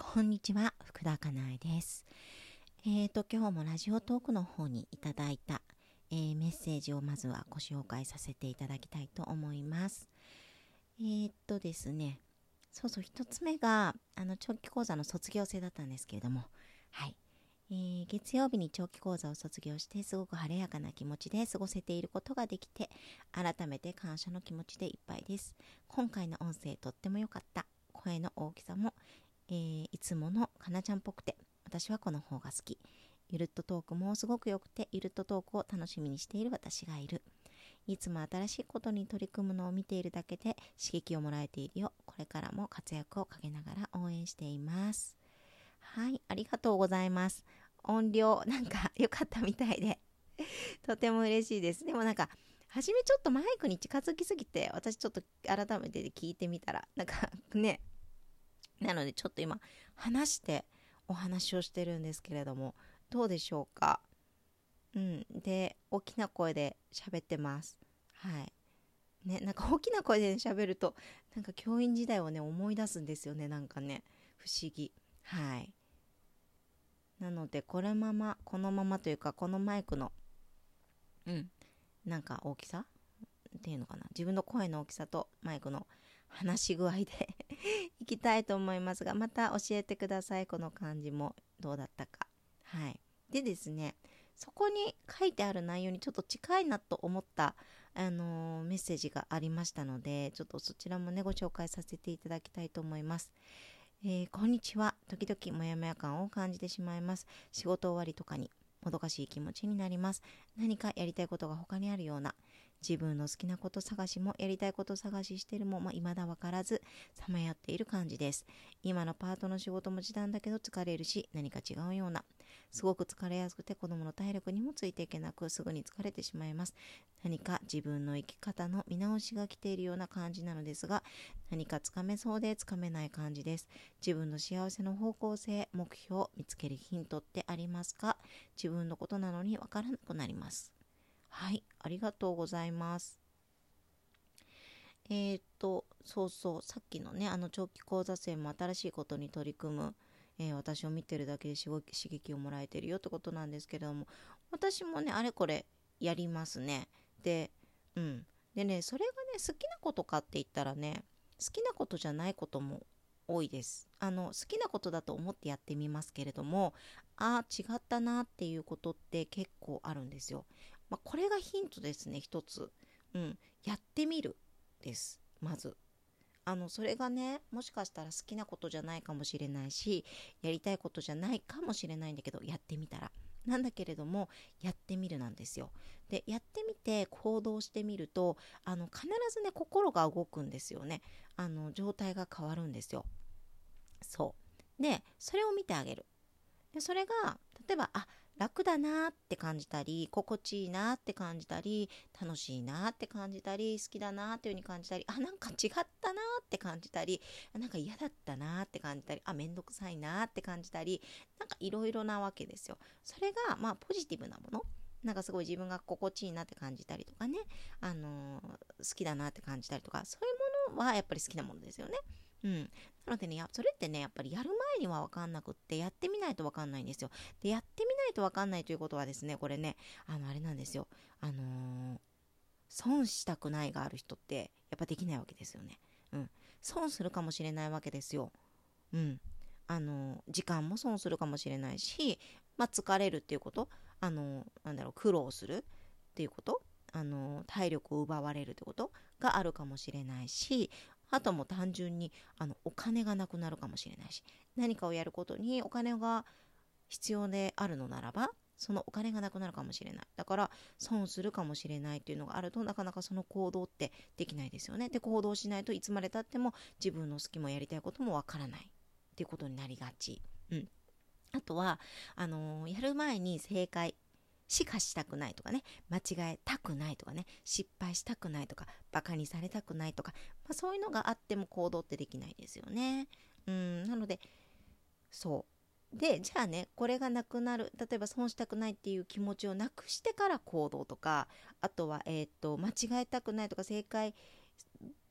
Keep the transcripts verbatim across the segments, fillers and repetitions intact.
こんにちは、福田かなえです。えーと、今日もラジオトークの方にいただいた、えーメッセージをまずはご紹介させていただきたいと思います。えーとですね、そうそう、一つ目が、あの、長期講座の卒業生だったんですけれども、はい。えー月曜日に長期講座を卒業して、すごく晴れやかな気持ちで過ごせていることができて、改めて感謝の気持ちでいっぱいです。今回の音声とっても良かった。声の大きさもえーいつものかなちゃんっぽくて、私はこの方が好き。ゆるっとトークもすごく良くて、ゆるっとトークを楽しみにしている私がいる。いつも新しいことに取り組むのを見ているだけで刺激をもらえているよ。これからも活躍をかけながら応援しています。はい、ありがとうございます。音量なんか良かったみたいでとても嬉しいです。でもなんか初めちょっとマイクに近づきすぎて、私ちょっと改めて聞いてみたらなんかね、なのでちょっと今話してお話をしてるんですけれども、どうでしょうか。うん。で、大きな声で喋ってます。はい。ね、なんか大きな声で喋ると、なんか教員時代をね、思い出すんですよね。なんかね、不思議。はい。なので、このまま、このままというか、このマイクの、うん、なんか大きさっていうのかな。自分の声の大きさとマイクの話し具合でいきたいと思いますが、また教えてください。この感じもどうだったか。はい。でですね、そこに書いてある内容にちょっと近いなと思った、あのーメッセージがありましたので、ちょっとそちらもね、ご紹介させていただきたいと思います。えーこんにちは。時々モヤモヤ感を感じてしまいます。仕事終わりとかにもどかしい気持ちになります。何かやりたいことが他にあるような、自分の好きなこと探しもやりたいこと探ししてるも、まあ、未だ分からずさまよっている感じです。今のパートの仕事も時短だけど疲れるし、何か違うような、すごく疲れやすくて子供の体力にもついていけなく、すぐに疲れてしまいます。何か自分の生き方の見直しが来ているような感じなのですが、何かつかめそうでつかめない感じです。自分の幸せの方向性、目標を見つけるヒントってありますか？自分のことなのにわからなくなります。はい、ありがとうございます。えー、っと、そうそう、さっきのね、あの長期講座生も新しいことに取り組む、えー私を見てるだけで刺激をもらえてるよってことなんですけれども、私もね、あれこれやりますね。で、うん。でね、それがね、好きなことかって言ったらね、好きなことじゃないことも多いです。あの、好きなことだと思ってやってみますけれども、ああ、違ったなっていうことって結構あるんですよ。まあ、これがヒントですね、一つ。うん。やってみるです。まず。あの、それがね、もしかしたら好きなことじゃないかもしれないし、やりたいことじゃないかもしれないんだけど、やってみたら。なんだけれども、やってみるなんですよ。で、やってみて行動してみると、あの、必ずね、心が動くんですよね。あの、状態が変わるんですよ。そう。で、それを見てあげる。で、それが、例えば、あ、楽だなって感じたり、心地いいなって感じたり、楽しいなって感じたり、好きだなっていう風に感じたり、あ、なんか違ったなって感じたり、あ、なんか嫌だったなって感じたり、あ、めんどくさいなって感じたり、なんかいろいろなわけですよ。それが、まあ、ポジティブなもの。なんかすごい自分が心地いいなって感じたりとかね、あのー好きだなって感じたりとか、そういうものはやっぱり好きなものですよね。うん。なのでね、やそれってね、やっぱりやる前には分かんなくって、やってみないと分かんないんですよ。で、やってみないと分かんないということはですね、これね、あの、あれなんですよ。あのー損したくないがある人って、やっぱできないわけですよね。うん。損するかもしれないわけですよ。うん。あのー時間も損するかもしれないし、まあ、疲れるっていうこと、あのーなんだろう、苦労するっていうこと、あのー体力を奪われるってことがあるかもしれないし、あともう単純にあのお金がなくなるかもしれないし、何かをやることにお金が必要であるのならば、そのお金がなくなるかもしれない。だから損するかもしれないっていうのがあると、なかなかその行動ってできないですよね。で、行動しないといつまでたっても自分の好きもやりたいこともわからないっていうことになりがち。うん。あとはあのーやる前に正解しかしたくないとかね、間違えたくないとかね、失敗したくないとか、バカにされたくないとか、まあ、そういうのがあっても行動ってできないですよね。うん、なので、そう。で、じゃあね、これがなくなる、例えば損したくないっていう気持ちをなくしてから行動とか、あとは、えっと、間違えたくないとか、正解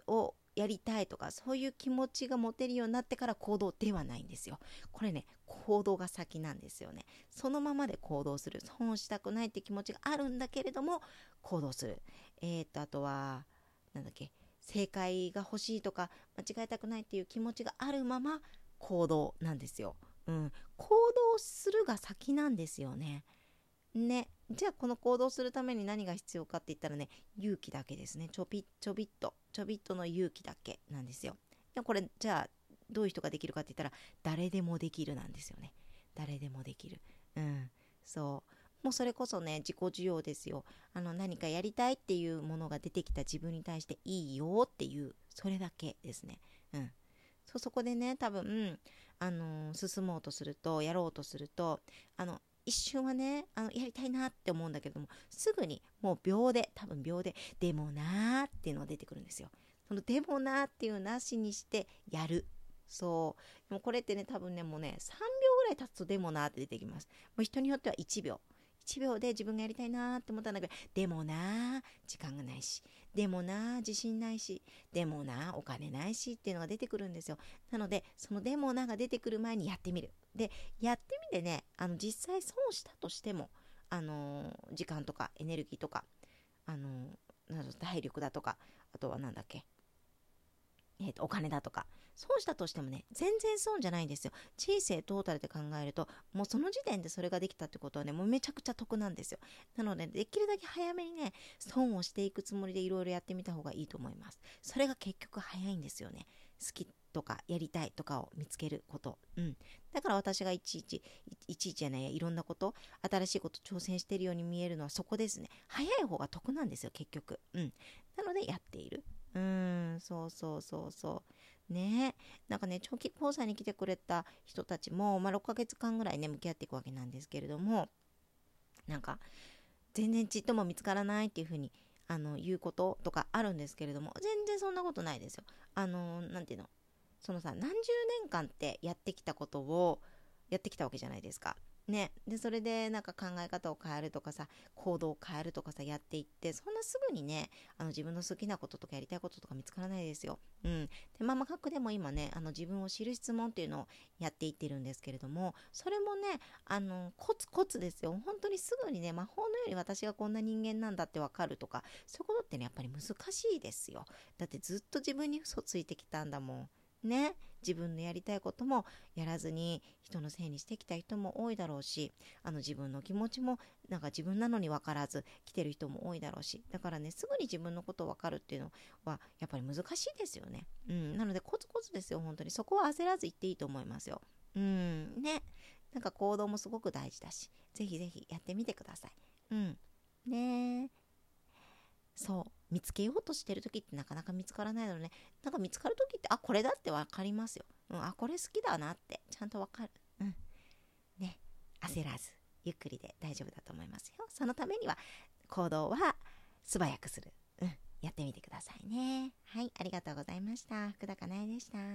をやりたいとかそういう気持ちが持てるようになってから行動ではないんですよ。これね、行動が先なんですよね。そのままで行動する、損したくないって気持ちがあるんだけれども行動する。えーとあとはなんだっけ、正解が欲しいとか間違えたくないっていう気持ちがあるまま行動なんですよ。うん、行動するが先なんですよね。ね、じゃあこの行動するために何が必要かって言ったらね、勇気だけですね。ちょびちょびっとちょびっとの勇気だけなんですよ。でこれじゃあどういう人ができるかって言ったら誰でもできるなんですよね。誰でもできる。うん、そうもうそれこそね、自己需要ですよ。あの何かやりたいっていうものが出てきた自分に対していいよっていう、それだけですね。うん、そそこでね、多分あのー進もうとすると、やろうとすると、あの一瞬はね、あのやりたいなって思うんだけれども、すぐにもう秒で、多分秒ででもなーっていうのが出てくるんですよ。そのでもなーっていうなしにしてやる。そうでもこれってね、多分ね、もうねさんびょうぐらい経つとでもなーって出てきます。もう人によってはいちびょう、いちびょうで自分がやりたいなーって思ったんだけど、でもなー時間がないし、でもなー自信ないし、でもなーお金ないしっていうのが出てくるんですよ。なのでそのでもなーが出てくる前にやってみる。でやってみてね、あの実際損したとしても、あのー時間とかエネルギーとか、あのーなんだろう体力だとか、あとはなんだっけ、えーとお金だとか損したとしてもね、全然損じゃないんですよ。人生トータルで考えると、もうその時点でそれができたってことはね、もうめちゃくちゃ得なんですよ。なのでできるだけ早めにね、損をしていくつもりでいろいろやってみた方がいいと思います。それが結局早いんですよね。好きとかやりたいとかを見つけること、うん、だから私がいちいちいちいちじゃないや、いろんなこと、新しいこと挑戦しているように見えるのはそこですね。早い方が得なんですよ結局。うん、なのでやっている。うーん、そうそうそうそうね。なんかね、長期講座に来てくれた人たちも、まあ、ろっかげつかんぐらいね向き合っていくわけなんですけれども、なんか全然ちっとも見つからないっていうふうにあの言うこととかあるんですけれども、全然そんなことないですよ。あのなんていうの、そのさ、何十年間ってやってきたことをやってきたわけじゃないですか。ね、でそれでなんか考え方を変えるとかさ、行動を変えるとかさ、やっていって、そんなすぐにね、あの自分の好きなこととかやりたいこととか見つからないですよ。うん、でママ学でも今ね、あの自分を知る質問っていうのをやっていってるんですけれども、それもね、あのコツコツですよ。本当にすぐにね、魔法のように私がこんな人間なんだってわかるとか、そういうことってね、やっぱり難しいですよ。だってずっと自分に嘘ついてきたんだもんね。自分のやりたいこともやらずに人のせいにしてきた人も多いだろうし、あの自分の気持ちもなんか自分なのに分からず来てる人も多いだろうし、だからね、すぐに自分のことを分かるっていうのはやっぱり難しいですよね。うん、なのでコツコツですよ。本当にそこは焦らず言っていいと思いますよ。うんね、なんか行動もすごく大事だし、ぜひぜひやってみてください。うんね、そう見つけようとしてる時ってなかなか見つからないのね。なんか見つかる時って、あ、これだって分かりますよ。うん、あ、これ好きだなってちゃんと分かる。うんね、焦らずゆっくりで大丈夫だと思いますよ。そのためには行動は素早くする。うん、やってみてくださいね。はい、ありがとうございました。福田かなえでした。